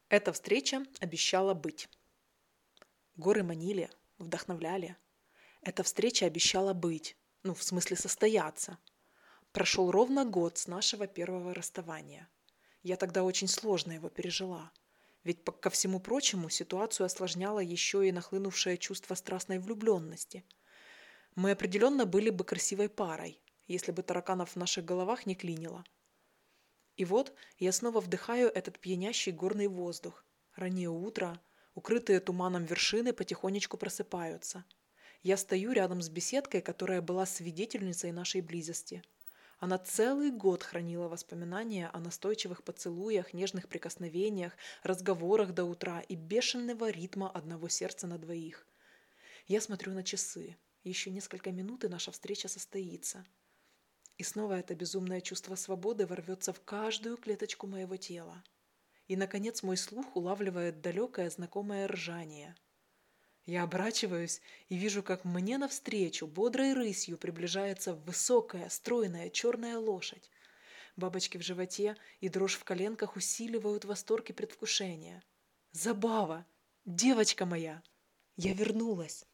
Эта встреча обещала быть. Горы манили, вдохновляли. Эта встреча обещала быть, ну, в смысле состояться. Прошел ровно год с нашего первого расставания. Я тогда очень сложно его пережила. Ведь, ко всему прочему, ситуацию осложняло еще и нахлынувшее чувство страстной влюбленности. Мы определенно были бы красивой парой, если бы тараканов в наших головах не клинило. И вот я снова вдыхаю этот пьянящий горный воздух. Раннее утро, укрытые туманом вершины потихонечку просыпаются. Я стою рядом с беседкой, которая была свидетельницей нашей близости. Она целый год хранила воспоминания о настойчивых поцелуях, нежных прикосновениях, разговорах до утра и бешеного ритма одного сердца на двоих. Я смотрю на часы. Еще несколько минут, и наша встреча состоится. И снова это безумное чувство свободы ворвется в каждую клеточку моего тела. И, наконец, мой слух улавливает далекое знакомое ржание. Я оборачиваюсь и вижу, как мне навстречу бодрой рысью приближается высокая, стройная черная лошадь. Бабочки в животе и дрожь в коленках усиливают восторг и предвкушение. Забава! Девочка моя! Я вернулась!